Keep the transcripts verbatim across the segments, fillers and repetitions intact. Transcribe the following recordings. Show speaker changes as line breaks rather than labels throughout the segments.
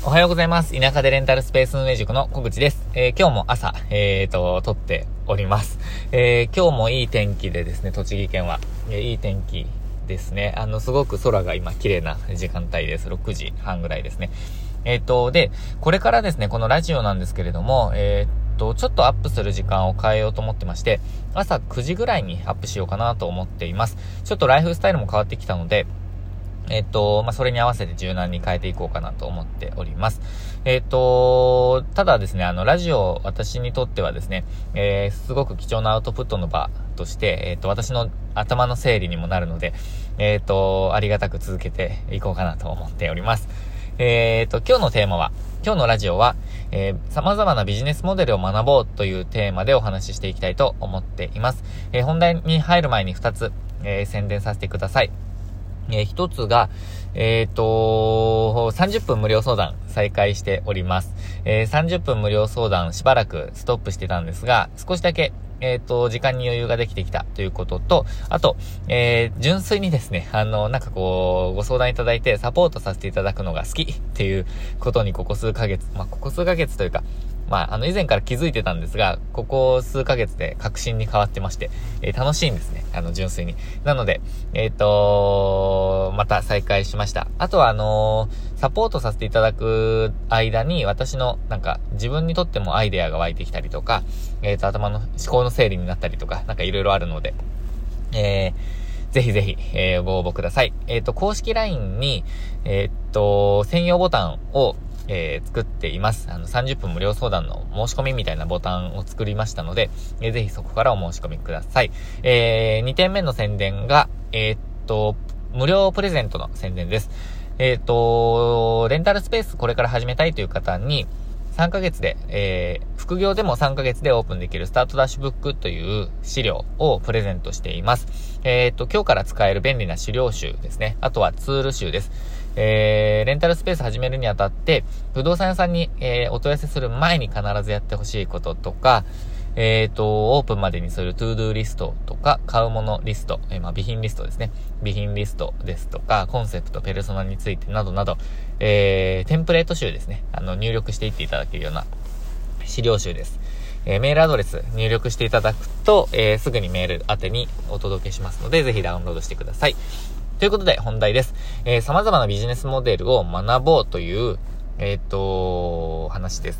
おはようございます。田舎でレンタルスペース運営塾の小口です。えー、今日も朝、えーと、撮っております。えー、今日もいい天気でですね、栃木県は、えー、いい天気ですね。あの、すごく空が今綺麗な時間帯です。ろくじはんぐらいですね。えーと、で、これからですね、このラジオなんですけれども、えーと、ちょっとアップする時間を変えようと思ってまして、朝くじぐらいにアップしようかなと思っています。ちょっとライフスタイルも変わってきたので、えっと、まあ、それに合わせて柔軟に変えていこうかなと思っております。えっと、ただですね、あの、ラジオ、私にとってはですね、えー、すごく貴重なアウトプットの場として、えっと、私の頭の整理にもなるので、えっと、ありがたく続けていこうかなと思っております。えっと、今日のテーマは、今日のラジオは、えー、様々なビジネスモデルを学ぼうというテーマでお話ししていきたいと思っています。えー、本題に入る前にふたつ、えー、宣伝させてください。えー、一つが、えっと、さんじゅっぷん無料相談再開しております。えー、さんじゅっぷん無料相談しばらくストップしてたんですが、少しだけ、えっと、時間に余裕ができてきたということと、あと、えー、純粋にですね、あの、なんかこう、ご相談いただいてサポートさせていただくのが好きっていうことにここ数ヶ月、まあ、ここ数ヶ月というか、まあ、あの、以前から気づいてたんですが、ここ数ヶ月で確信に変わってまして、えー、楽しいんですね。あの、純粋に。なので、えっと、また再開しました。あとは、あのー、サポートさせていただく間に、私の、なんか、自分にとってもアイデアが湧いてきたりとか、えっと、頭の思考の整理になったりとか、なんかいろいろあるので、えー、ぜひぜひ、えー、ご応募ください。えっと、公式 ライン に、えっと、専用ボタンを、えー、作っています。あの、さんじゅっぷん無料相談の申し込みみたいなボタンを作りましたので、えー、ぜひそこからお申し込みください。えー、にてんめの宣伝が、えー、っと、無料プレゼントの宣伝です。えー、っと、レンタルスペースこれから始めたいという方に、さんかげつで、えー、副業でもさんかげつでオープンできるスタートダッシュブックという資料をプレゼントしています。えー、っと、今日から使える便利な資料集ですね。あとはツール集です。えー、レンタルスペース始めるにあたって、不動産屋さんに、えー、お問い合わせする前に必ずやってほしいこととか、えーと、オープンまでにするトゥードゥーリストとか、買うものリスト、えー、まあ、備品リストですね。備品リストですとか、コンセプト、ペルソナについてなどなど、えー、テンプレート集ですね。あの、入力していっていただけるような資料集です。えー、メールアドレス入力していただくと、えー、すぐにメール宛てにお届けしますので、ぜひダウンロードしてください。ということで本題です。えー、様々なビジネスモデルを学ぼうという、えっと、話です。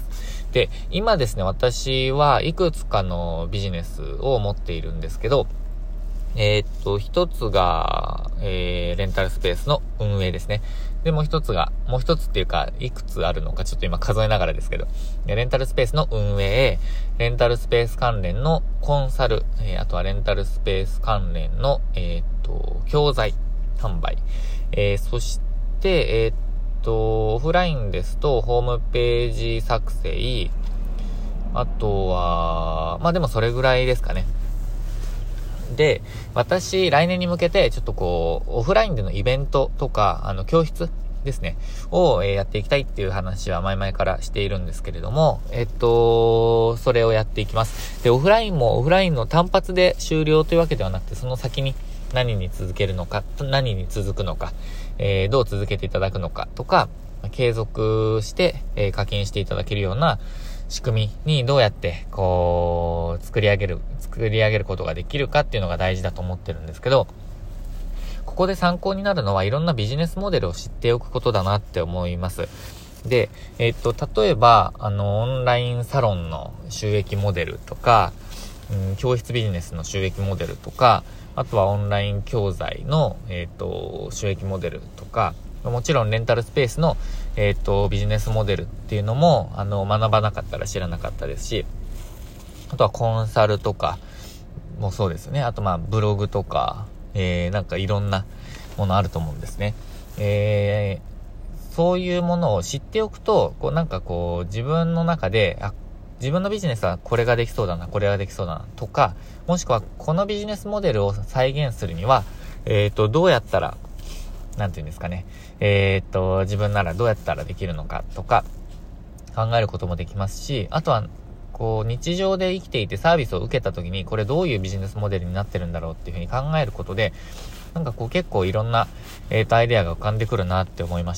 で、今ですね、私はいくつかのビジネスを持っているんですけど、えっと、一つが、えー、レンタルスペースの運営ですね。で、もう一つが、もう一つっていうか、いくつあるのかちょっと今数えながらですけど、レンタルスペースの運営、レンタルスペース関連のコンサル、えー、あとはレンタルスペース関連の、えっと、教材、販売。えー、そして、えー、っと、オフラインですと、ホームページ作成、あとは、まあでもそれぐらいですかね。で、私、来年に向けて、ちょっとこう、オフラインでのイベントとか、あの、教室ですね、を、えー、やっていきたいっていう話は前々からしているんですけれども、えっと、それをやっていきます。で、オフラインもオフラインの単発で終了というわけではなくて、その先に、何に続けるのか、何に続くのか、えー、どう続けていただくのかとか、継続して、えー、課金していただけるような仕組みにどうやってこう作り上げる作り上げることができるかっていうのが大事だと思ってるんですけど、ここで参考になるのはいろんなビジネスモデルを知っておくことだなって思います。で、えー、っと例えばあのオンラインサロンの収益モデルとか、うん、教室ビジネスの収益モデルとか、あとはオンライン教材の、えっと、収益モデルとか、もちろんレンタルスペースの、えっと、ビジネスモデルっていうのも、あの、学ばなかったら知らなかったですし、あとはコンサルとかもそうですね。あとまあ、ブログとか、えー、なんかいろんなものあると思うんですね。えー、そういうものを知っておくと、こうなんかこう、自分の中で、あ、自分のビジネスはこれができそうだな、これができそうだなとか、もしくはこのビジネスモデルを再現するには、えっと、どうやったら、なんていうんですかね、えっと、自分ならどうやったらできるのかとか、考えることもできますし、あとは、こう、日常で生きていてサービスを受けた時に、これどういうビジネスモデルになってるんだろうっていうふうに考えることで、なんかこう結構いろんな、えっと、アイデアが浮かんでくるなって思いました。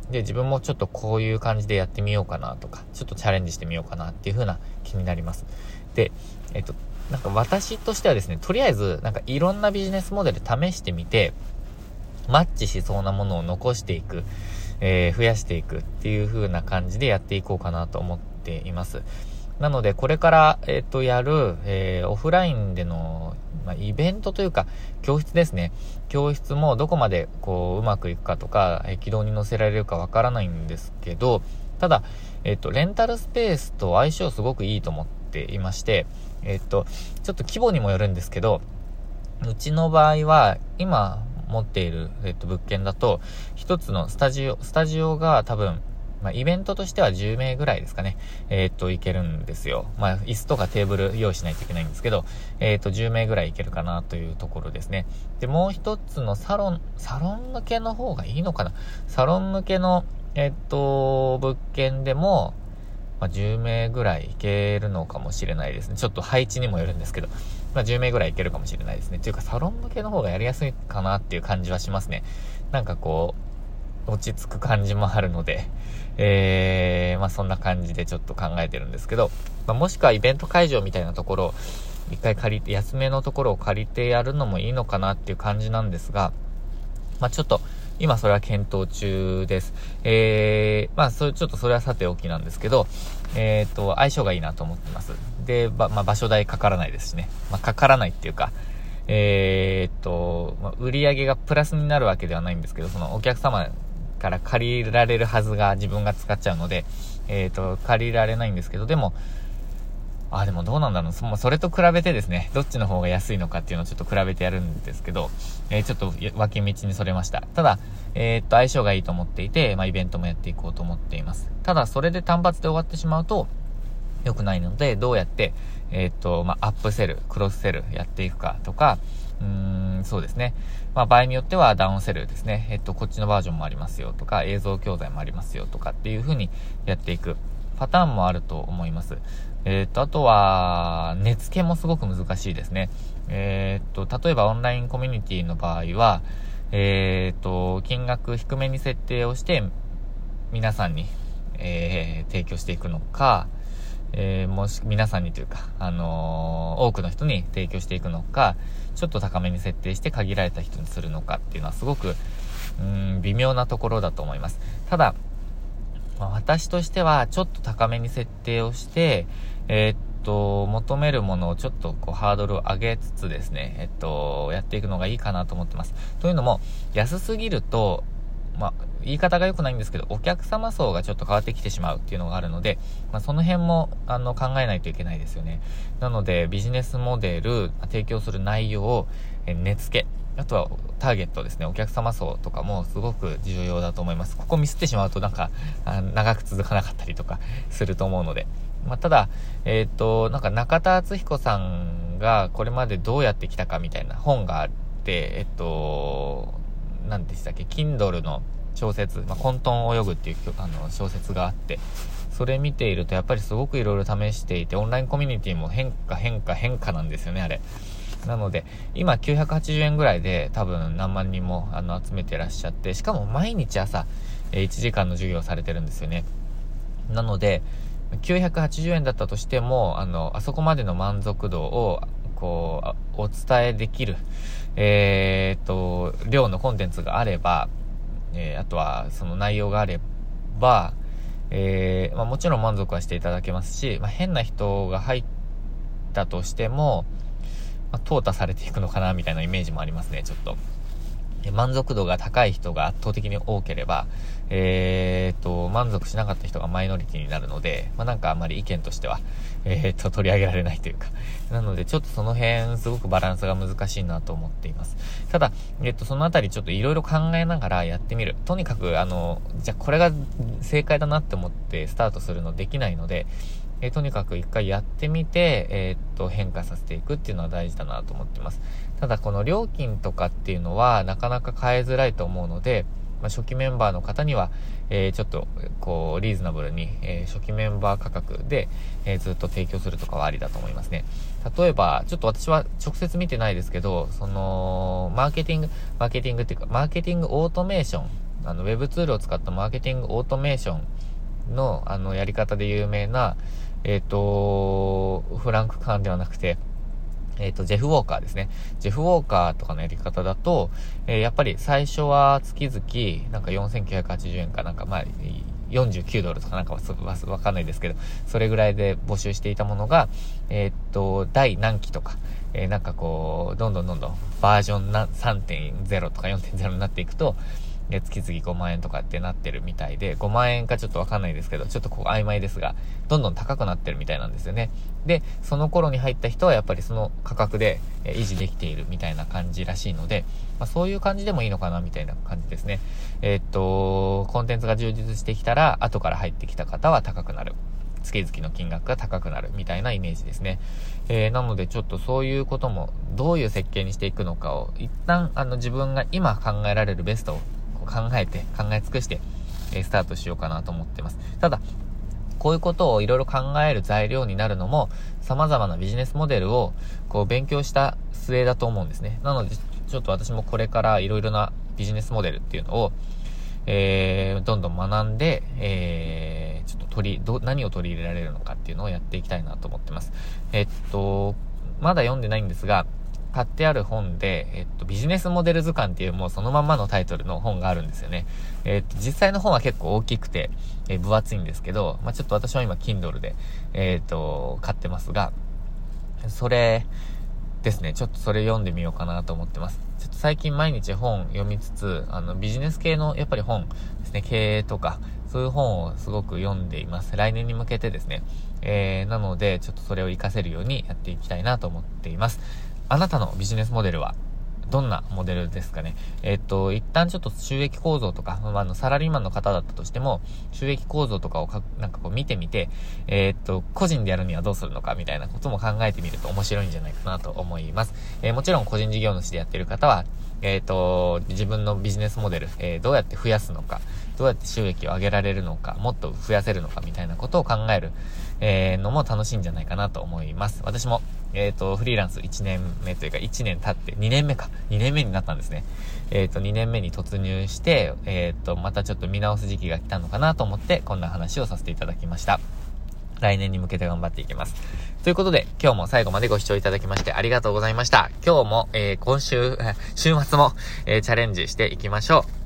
で、自分もちょっとこういう感じでやってみようかなとか、ちょっとチャレンジしてみようかなっていう風な気になります。で、えっと、なんか私としてはですね、とりあえず、なんかいろんなビジネスモデル試してみて、マッチしそうなものを残していく、えー、増やしていくっていう風な感じでやっていこうかなと思っています。なので、これから、えっと、やる、えー、オフラインでの、まあ、イベントというか、教室ですね。教室もどこまで、こう、うまくいくかとか、えー、軌道に乗せられるかわからないんですけど、ただ、えっと、レンタルスペースと相性すごくいいと思っていまして、えっと、ちょっと規模にもよるんですけど、うちの場合は、今持っている、えっと、物件だと、一つのスタジオ、スタジオが多分、まあ、イベントとしてはじゅうめいぐらいですかね。えー、っと、いけるんですよ。まあ、椅子とかテーブル用意しないといけないんですけど、えー、っと、じゅうめいぐらいいけるかなというところですね。で、もう一つのサロン、サロン向けの方がいいのかな。サロン向けの、えー、っと、物件でも、まあ、じゅうめいぐらいいけるのかもしれないですね。ちょっと配置にもよるんですけど、まあ、じゅうめいぐらいいけるかもしれないですね。というか、サロン向けの方がやりやすいかなっていう感じはしますね。なんかこう、落ち着く感じもあるので、えー、まあそんな感じでちょっと考えてるんですけど、まあ、もしくはイベント会場みたいなところを一回借りて、安めのところを借りてやるのもいいのかなっていう感じなんですが、まあちょっと今それは検討中です。えー、まあそれちょっとそれはさておきなんですけど、えーと相性がいいなと思ってます。で、ばまあ場所代かからないですしね。まあかからないっていうか、えーと、まあ、売り上げがプラスになるわけではないんですけど、そのお客様から借りられるはずが自分が使っちゃうので、えーと、借りられないんですけど、でも、あ、でもどうなんだろう。そ, それと比べてですね、どっちの方が安いのかっていうのをちょっと比べてやるんですけど、えー、ちょっと脇道にそれました。ただ、えーと、相性がいいと思っていて、まあ、イベントもやっていこうと思っています。ただ、それで単発で終わってしまうと、良くないので、どうやって、えーと、まあ、アップセル、クロスセルやっていくかとか、うーん、そうですね。まあ、場合によってはダウンセルですね。えっと、こっちのバージョンもありますよとか、映像教材もありますよとかっていう風にやっていくパターンもあると思います。えっと、あとは、値付けもすごく難しいですね。えっと、例えばオンラインコミュニティの場合は、えっと、金額低めに設定をして、皆さんに、えー、提供していくのか、えー、もし皆さんにというか、あのー、多くの人に提供していくのか、ちょっと高めに設定して限られた人にするのかっていうのはすごくうーん微妙なところだと思います。ただ、まあ、私としてはちょっと高めに設定をして、えー、っと求めるものをちょっとこうハードルを上げつつですね、えっとやっていくのがいいかなと思ってます。というのも、安すぎると、まあ、言い方が良くないんですけど、お客様層がちょっと変わってきてしまうっていうのがあるので、まあ、その辺もあの考えないといけないですよね。なので、ビジネスモデル、提供する内容を、え値付け、あとはターゲットですね、お客様層とかもすごく重要だと思います。ここミスってしまうとなんかあ長く続かなかったりとかすると思うので、まあ、ただ、えっと、なんか中田敦彦さんがこれまでどうやってきたかみたいな本があって、えっと、何でしたっけ、Kindle の小説、まあ、混沌泳ぐっていうあの小説があって、それ見ているとやっぱりすごくいろいろ試していて、オンラインコミュニティも変化変化変化なんですよね、あれ。なので、今きゅうひゃくはちじゅうえんぐらいで多分何万人もあの集めてらっしゃって、しかも毎日朝、えー、いちじかんの授業をされてるんですよね。なので、きゅうひゃくはちじゅうえんだったとしても、あの、あそこまでの満足度を、こう、お伝えできる、えーっと、量のコンテンツがあれば、えー、あとはその内容があれば、えーまあ、もちろん満足はしていただけますし、まあ、変な人が入ったとしても、まあ、淘汰されていくのかなみたいなイメージもありますね。ちょっと満足度が高い人が圧倒的に多ければ、えーと満足しなかった人がマイノリティになるので、まあ、なんかあんまり意見としてはえーと取り上げられないというか、なのでちょっとその辺すごくバランスが難しいなと思っています。ただ、えっとそのあたりちょっといろいろ考えながらやってみる。とにかくあのじゃあこれが正解だなって思ってスタートするのできないので、えー、とにかく一回やってみて、えー、っと変化させていくっていうのは大事だなと思ってます。ただこの料金とかっていうのはなかなか変えづらいと思うので、まあ、初期メンバーの方には、えー、ちょっとこうリーズナブルに、えー、初期メンバー価格で、えー、ずっと提供するとかはありだと思いますね。例えばちょっと私は直接見てないですけど、そのマーケティングマーケティングっていうかマーケティングオートメーションあの、ウェブツールを使ったマーケティングオートメーションの、あの、やり方で有名な、えっと、フランク・カーンではなくて、えっと、ジェフ・ウォーカーですね。ジェフ・ウォーカーとかのやり方だと、えー、やっぱり最初は月々、なんかよんせんきゅうひゃくはちじゅうえんかなんか、まあ、よんじゅうきゅうドルとかなんかわ, わかんないですけど、それぐらいで募集していたものが、えー、っと、第何期とか、えー、なんかこう、どんどんどんどんバージョンな さんてんゼロ とか よんてんゼロ になっていくと、えー、月々ごまんえんとかってなってるみたいで、ごまんえんかちょっとわかんないですけど、ちょっとこう曖昧ですが、どんどん高くなってるみたいなんですよね。で、その頃に入った人はやっぱりその価格で、えー、維持できているみたいな感じらしいので、まあ、そういう感じでもいいのかなみたいな感じですね。えー、っと、コンテンツが充実してきたら、後から入ってきた方は高くなる。月々の金額が高くなるみたいなイメージですね。えー、なのでちょっとそういうこともどういう設計にしていくのかを一旦あの自分が今考えられるベストを考えて考え尽くして、えー、スタートしようかなと思ってます。ただこういうことをいろいろ考える材料になるのも様々なビジネスモデルをこう勉強した末だと思うんですね。なのでちょっと私もこれからいろいろなビジネスモデルっていうのをえー、どんどん学んで、えー、ちょっと取り、ど、何を取り入れられるのかっていうのをやっていきたいなと思ってます。えっと、まだ読んでないんですが、買ってある本で、えっと、ビジネスモデル図鑑っていうもうそのまんまのタイトルの本があるんですよね。えっと、実際の本は結構大きくて、えー、分厚いんですけど、まあ、ちょっと私は今 Kindle で、えっと、買ってますが、それですね、ちょっとそれ読んでみようかなと思ってます。ちょっと最近毎日本読みつつ、あのビジネス系のやっぱり本ですね、経営とかそういう本をすごく読んでいます。来年に向けてですね、えー、なのでちょっとそれを活かせるようにやっていきたいなと思っています。あなたのビジネスモデルはどんなモデルですかね。えっと、一旦ちょっと収益構造とか、まあ、あの、サラリーマンの方だったとしても、収益構造とかをか、なんかこう見てみて、えっと、個人でやるにはどうするのかみたいなことも考えてみると面白いんじゃないかなと思います。えー、もちろん個人事業主でやってる方は、えっと、自分のビジネスモデル、えー、どうやって増やすのか、どうやって収益を上げられるのか、もっと増やせるのかみたいなことを考える、えー、のも楽しいんじゃないかなと思います。私も、えっと、フリーランスいちねんめというかいちねん経ってにねんめか、にねんめになったんですね。えっと、にねんめに突入して、えっと、またちょっと見直す時期が来たのかなと思って、こんな話をさせていただきました。来年に向けて頑張っていきます。ということで、今日も最後までご視聴いただきましてありがとうございました。今日も、えー、今週、週末も、えー、チャレンジしていきましょう。